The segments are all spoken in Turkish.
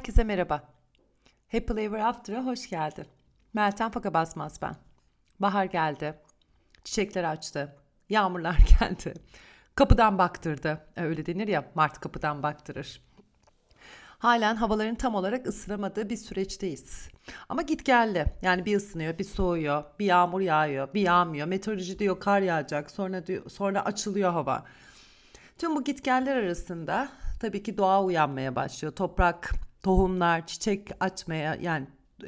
Herkese merhaba. Happily Ever After'a hoş geldin. Meltem Faka Basmaz ben. Bahar geldi. Çiçekler açtı. Yağmurlar geldi. Kapıdan baktırdı. Öyle denir ya, Mart kapıdan baktırır. Halen havaların tam olarak ısınamadığı bir süreçteyiz. Ama git geldi. Yani bir ısınıyor, bir soğuyor, bir yağmur yağıyor, bir yağmıyor. Meteoroloji diyor kar yağacak, sonra açılıyor hava. Tüm bu gitgeller arasında tabii ki doğa uyanmaya başlıyor. Toprak, tohumlar, çiçek açmaya yani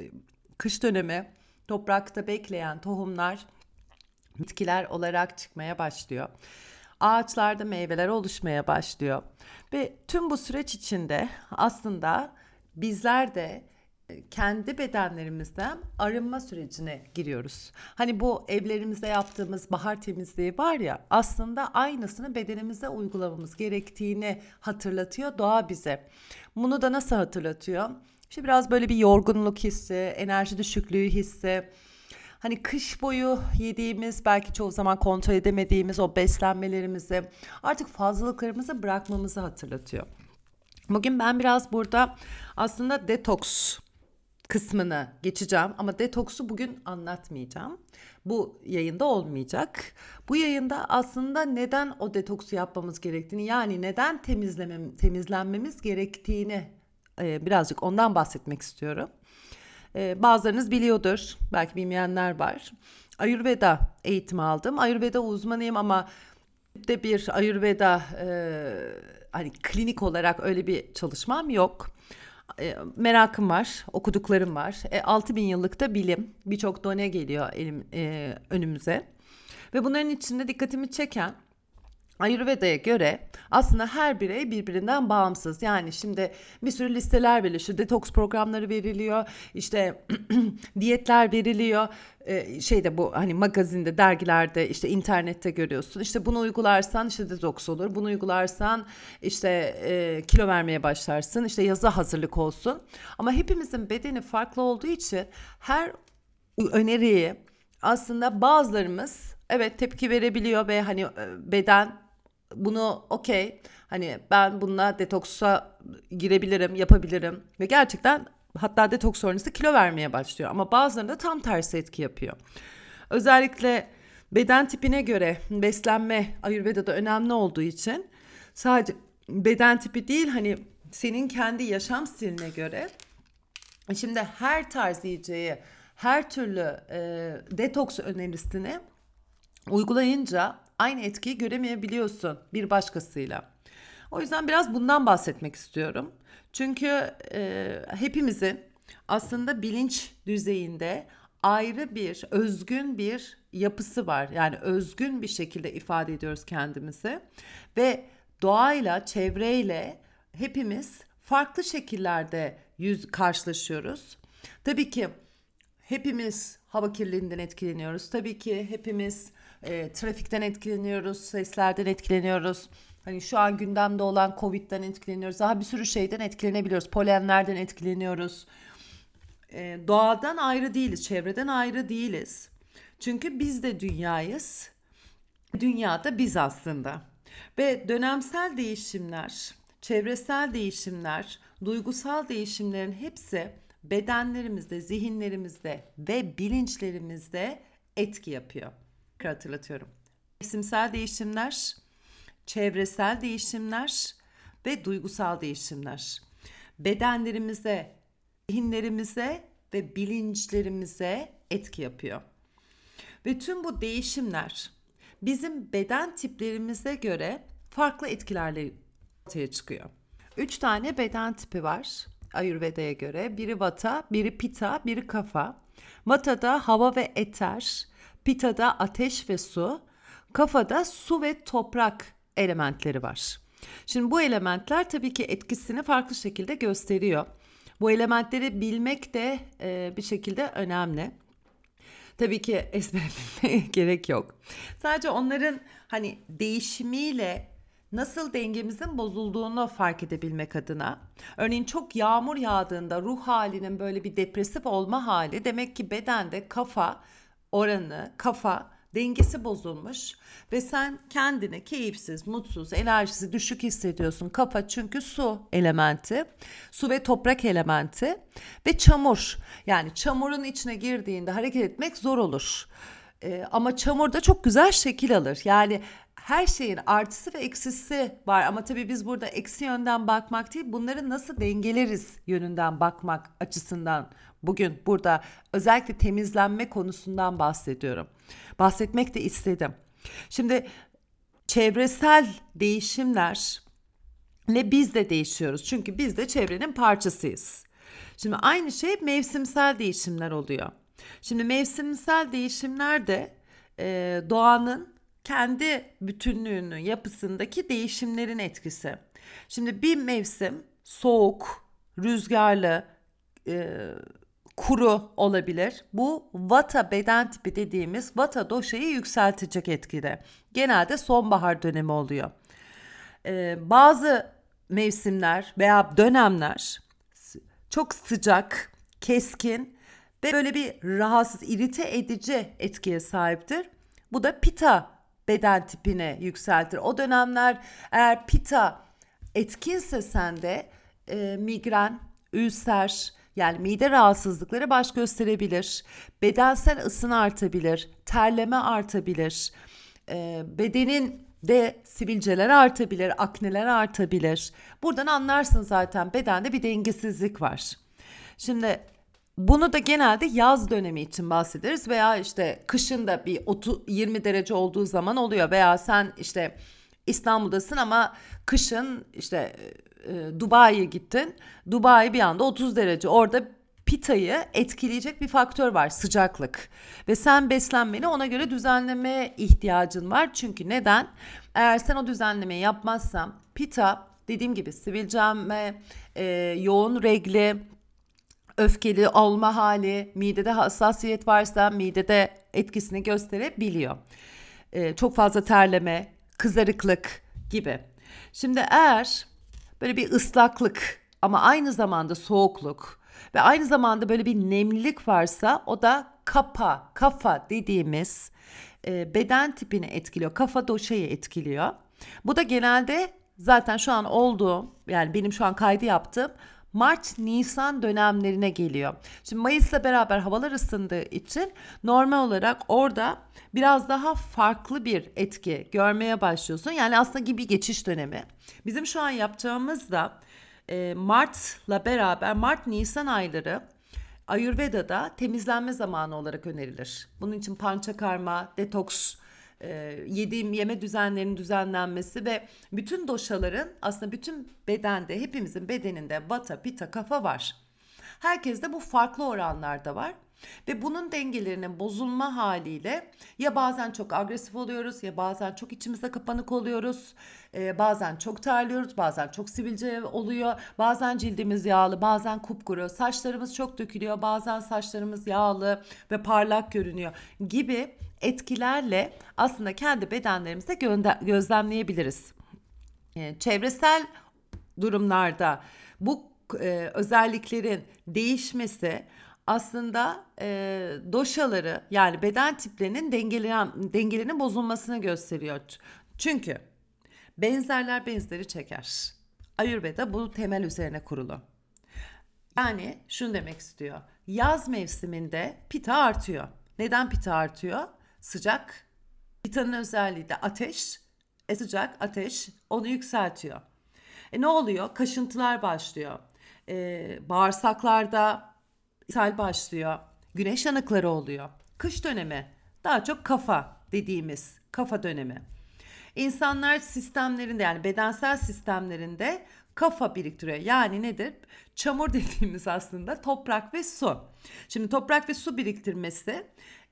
kış dönemi toprakta bekleyen tohumlar bitkiler olarak çıkmaya başlıyor. Ağaçlarda meyveler oluşmaya başlıyor. Ve tüm bu süreç içinde aslında bizler de kendi bedenlerimizden arınma sürecine giriyoruz. Hani bu evlerimizde yaptığımız bahar temizliği var ya, aslında aynısını bedenimize uygulamamız gerektiğini hatırlatıyor doğa bize. Bunu da nasıl hatırlatıyor? İşte biraz böyle bir yorgunluk hissi, enerji düşüklüğü hissi. Hani kış boyu yediğimiz, belki çoğu zaman kontrol edemediğimiz o beslenmelerimizi, artık fazlalıklarımızı bırakmamızı hatırlatıyor. Bugün ben biraz burada aslında detoks kısmını geçeceğim ama detoksu bugün anlatmayacağım. Bu yayında olmayacak. Bu yayında aslında neden o detoksu yapmamız gerektiğini, yani neden temizlenmemiz gerektiğini birazcık ondan bahsetmek istiyorum. Bazılarınız biliyordur, belki bilmeyenler var. Ayurveda eğitimi aldım. Ayurveda uzmanıyım ama de bir Ayurveda hani klinik olarak öyle bir çalışmam yok. Merakım var, okuduklarım var. 6000 yıllık da bilim, birçok done geliyor önümüze. Ve bunların içinde dikkatimi çeken, Ayurveda'ya göre aslında her birey birbirinden bağımsız. Yani şimdi bir sürü listeler veriliyor. İşte detoks programları veriliyor. İşte diyetler veriliyor. Bu hani magazinde, dergilerde, işte internette görüyorsun. İşte bunu uygularsan işte detoks olur. Bunu uygularsan işte kilo vermeye başlarsın. İşte yaza hazırlık olsun. Ama hepimizin bedeni farklı olduğu için her öneriyi aslında bazılarımız evet tepki verebiliyor ve hani beden bunu okey, hani ben bununla detoksa girebilirim, yapabilirim ve gerçekten hatta detoks sonrası kilo vermeye başlıyor. Ama bazılarında tam tersi etki yapıyor. Özellikle beden tipine göre beslenme Ayurveda'da önemli olduğu için sadece beden tipi değil, hani senin kendi yaşam stiline göre şimdi her tarz yiyeceği, her türlü detoks önerisini uygulayınca aynı etkiyi göremeyebiliyorsun bir başkasıyla. O yüzden biraz bundan bahsetmek istiyorum. Çünkü hepimizin aslında bilinç düzeyinde ayrı bir, özgün bir yapısı var. Yani özgün bir şekilde ifade ediyoruz kendimizi ve doğayla, çevreyle hepimiz farklı şekillerde karşılaşıyoruz. Tabii ki hepimiz hava kirliliğinden etkileniyoruz. Tabii ki hepimiz trafikten etkileniyoruz, seslerden etkileniyoruz. Hani şu an gündemde olan Covid'den etkileniyoruz. Daha bir sürü şeyden etkilenebiliyoruz. Polenlerden etkileniyoruz. Doğadan ayrı değiliz, çevreden ayrı değiliz. Çünkü biz de dünyayız. Dünya da biz aslında. Ve dönemsel değişimler, çevresel değişimler, duygusal değişimlerin hepsi bedenlerimizde, zihinlerimizde ve bilinçlerimizde etki yapıyor. Hatırlatıyorum. Mevsimsel değişimler, çevresel değişimler ve duygusal değişimler. Bedenlerimize, zihinlerimize ve bilinçlerimize etki yapıyor. Ve tüm bu değişimler bizim beden tiplerimize göre farklı etkilerle ortaya çıkıyor. 3 tane beden tipi var Ayurveda'ya göre. Biri Vata, biri Pitta, biri Kapha. Vata'da hava ve eter, Pitta'da ateş ve su, Kapha'da su ve toprak elementleri var. Şimdi bu elementler tabii ki etkisini farklı şekilde gösteriyor. Bu elementleri bilmek de bir şekilde önemli. Tabii ki ezberlemeye gerek yok. Sadece onların hani değişimiyle nasıl dengemizin bozulduğunu fark edebilmek adına. Örneğin çok yağmur yağdığında ruh halinin böyle bir depresif olma hali, demek ki bedende kafa oranı, kafa dengesi bozulmuş ve sen kendini keyifsiz, mutsuz, enerjisi düşük hissediyorsun. Kafa çünkü su elementi, su ve toprak elementi ve çamur. Yani çamurun içine girdiğinde hareket etmek zor olur. Ama çamur da çok güzel şekil alır. Yani her şeyin artısı ve eksisi var ama tabii biz burada eksi yönden bakmak değil, bunları nasıl dengeleriz yönünden bakmak açısından bugün burada özellikle temizlenme konusundan bahsediyorum. Bahsetmek de istedim. Şimdi çevresel değişimlerle biz de değişiyoruz. Çünkü biz de çevrenin parçasıyız. Şimdi aynı şey mevsimsel değişimler oluyor. Şimdi mevsimsel değişimler de doğanın kendi bütünlüğünün yapısındaki değişimlerin etkisi. Şimdi bir mevsim soğuk, rüzgarlı, kuru olabilir. Bu vata beden tipi dediğimiz vata doshayı yükseltecek etkide. Genelde sonbahar dönemi oluyor. Bazı mevsimler veya dönemler çok sıcak, keskin ve böyle bir rahatsız, irite edici etkiye sahiptir. Bu da pita beden tipine yükseltir. O dönemler eğer pita etkinse sende migren, ülser yani mide rahatsızlıkları baş gösterebilir. Bedensel ısın artabilir, terleme artabilir. Bedenin de sivilceler artabilir, akneler artabilir. Buradan anlarsın zaten bedende bir dengesizlik var. Şimdi bunu da genelde yaz dönemi için bahsederiz veya işte kışın da bir 20 derece olduğu zaman oluyor veya sen işte İstanbul'dasın ama kışın işte Dubai'ye gittin. Dubai bir anda 30 derece. Orada pitayı etkileyecek bir faktör var, sıcaklık. Ve sen beslenmeni ona göre düzenlemeye ihtiyacın var. Çünkü neden? Eğer sen o düzenlemeyi yapmazsan pita dediğim gibi sivilcenme, yoğun regli, öfkeli olma hali, midede hassasiyet varsa midede etkisini gösterebiliyor. Çok fazla terleme, kızarıklık gibi. Şimdi eğer böyle bir ıslaklık ama aynı zamanda soğukluk ve aynı zamanda böyle bir nemlilik varsa o da kafa dediğimiz beden tipini etkiliyor. Kafa doshayı etkiliyor. Bu da genelde zaten şu an olduğum yani benim şu an kaydı yaptığım Mart-Nisan dönemlerine geliyor. Şimdi Mayıs'la beraber havalar ısındığı için normal olarak orada biraz daha farklı bir etki görmeye başlıyorsun. Yani aslında bir geçiş dönemi. Bizim şu an yapacağımız da Mart'la beraber Mart-Nisan ayları Ayurveda'da temizlenme zamanı olarak önerilir. Bunun için pançakarma, detoks, yediğim yeme düzenlerinin düzenlenmesi ve bütün doshaların aslında bütün bedende hepimizin bedeninde vata, pita, kafa var. Herkeste bu farklı oranlarda var ve bunun dengelerinin bozulma haliyle ya bazen çok agresif oluyoruz ya bazen çok içimize kapanık oluyoruz. Bazen çok terliyoruz, bazen çok sivilce oluyor, bazen cildimiz yağlı, bazen kupkuru, saçlarımız çok dökülüyor, bazen saçlarımız yağlı ve parlak görünüyor gibi etkilerle aslında kendi bedenlerimizde gözlemleyebiliriz. Çevresel durumlarda bu özelliklerin değişmesi aslında doshaları yani beden tiplerinin dengelerinin bozulmasını gösteriyor. Çünkü benzerler benzeri çeker. Ayurveda bu temel üzerine kurulu. Yani şunu demek istiyor. Yaz mevsiminde pita artıyor. Neden pita artıyor? Sıcak. Pitanın özelliği de ateş. Sıcak ateş onu yükseltiyor. Ne oluyor? Kaşıntılar başlıyor. Bağırsaklarda ishal başlıyor. Güneş yanıkları oluyor. Kış dönemi daha çok kafa dediğimiz kafa dönemi. İnsanlar sistemlerinde yani bedensel sistemlerinde kafa biriktiriyor. Yani nedir? Çamur dediğimiz aslında toprak ve su. Şimdi toprak ve su biriktirmesi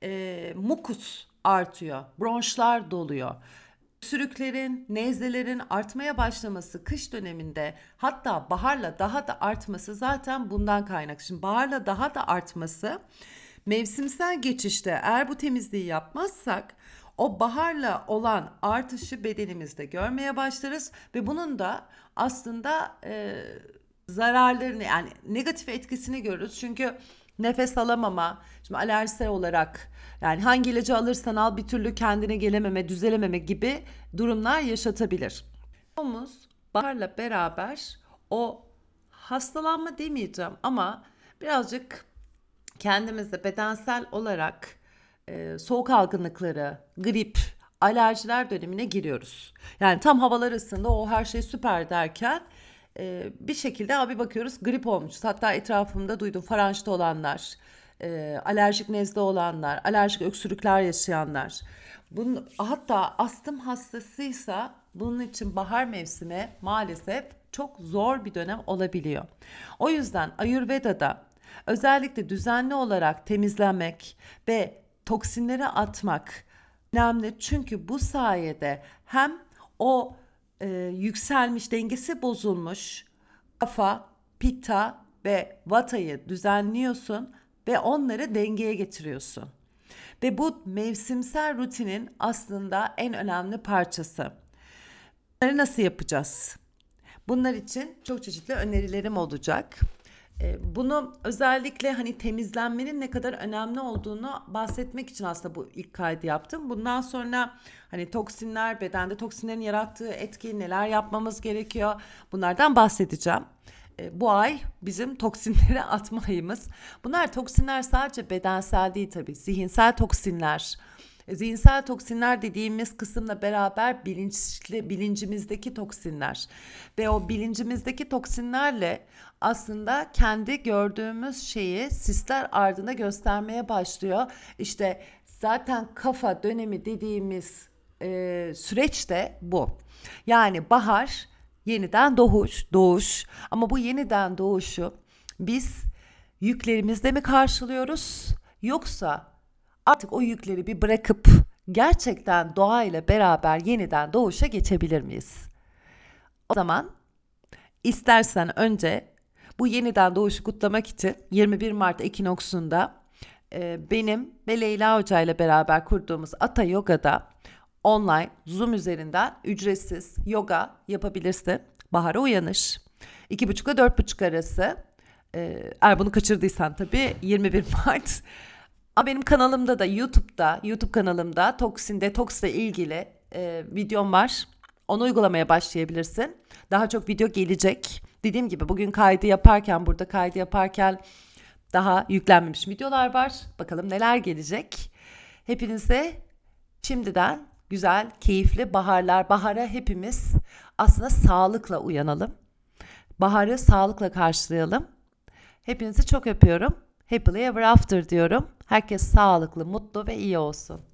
mukus artıyor. Bronşlar doluyor. Öksürüklerin, nezlelerin artmaya başlaması kış döneminde hatta baharla daha da artması zaten bundan kaynaklı. Şimdi baharla daha da artması mevsimsel geçişte eğer bu temizliği yapmazsak o baharla olan artışı bedenimizde görmeye başlarız ve bunun da aslında zararlarını yani negatif etkisini görürüz. Çünkü nefes alamama, şimdi alerjisel olarak yani hangi ilacı alırsan al bir türlü kendine gelememe, düzelememe gibi durumlar yaşatabilir. Omuz baharla beraber o hastalanma demeyeceğim ama birazcık kendimizde bedensel olarak soğuk algınlıkları, grip, alerjiler dönemine giriyoruz. Yani tam havalar ısındı, o her şey süper derken bir şekilde abi bakıyoruz grip olmuşuz. Hatta etrafımda duydum faranjita olanlar, alerjik nezle olanlar, alerjik öksürükler yaşayanlar. Bunun, hatta astım hastasıysa bunun için bahar mevsimi maalesef çok zor bir dönem olabiliyor. O yüzden Ayurveda'da özellikle düzenli olarak temizlenmek ve toksinleri atmak önemli. Çünkü bu sayede hem o yükselmiş, dengesi bozulmuş kafa, pitta ve vatayı düzenliyorsun ve onları dengeye getiriyorsun. Ve bu mevsimsel rutinin aslında en önemli parçası. Bunları nasıl yapacağız? Bunlar için çok çeşitli önerilerim olacak. Bunu özellikle hani temizlenmenin ne kadar önemli olduğunu bahsetmek için aslında bu ilk kaydı yaptım. Bundan sonra hani toksinler, bedende toksinlerin yarattığı etki, neler yapmamız gerekiyor, bunlardan bahsedeceğim. Bu ay bizim toksinleri atma ayımız. Bunlar toksinler sadece bedensel değil tabii, zihinsel toksinler. Zihinsel toksinler dediğimiz kısımla beraber bilincimizdeki toksinler ve o bilincimizdeki toksinlerle aslında kendi gördüğümüz şeyi sisler ardında göstermeye başlıyor. İşte zaten kafa dönemi dediğimiz süreç de bu. Yani bahar yeniden doğuş ama bu yeniden doğuşu biz yüklerimizle mi karşılıyoruz yoksa artık o yükleri bir bırakıp gerçekten doğayla beraber yeniden doğuşa geçebilir miyiz? O zaman istersen önce bu yeniden doğuşu kutlamak için 21 Mart ekinoksunda benim ve Leyla Hoca ile beraber kurduğumuz Ata Yoga'da online Zoom üzerinden ücretsiz yoga yapabilirsin. Bahara uyanış. 2.30 ile 4.30 arası. Eğer bunu kaçırdıysan tabii 21 Mart. Ama benim kanalımda da YouTube kanalımda toksin detoksla ilgili videom var. Onu uygulamaya başlayabilirsin. Daha çok video gelecek. Dediğim gibi bugün burada kaydı yaparken daha yüklenmemiş videolar var. Bakalım neler gelecek. Hepinize şimdiden güzel, keyifli baharlar. Bahara hepimiz aslında sağlıkla uyanalım. Baharı sağlıkla karşılayalım. Hepinizi çok öpüyorum. Happily ever after diyorum. Herkes sağlıklı, mutlu ve iyi olsun.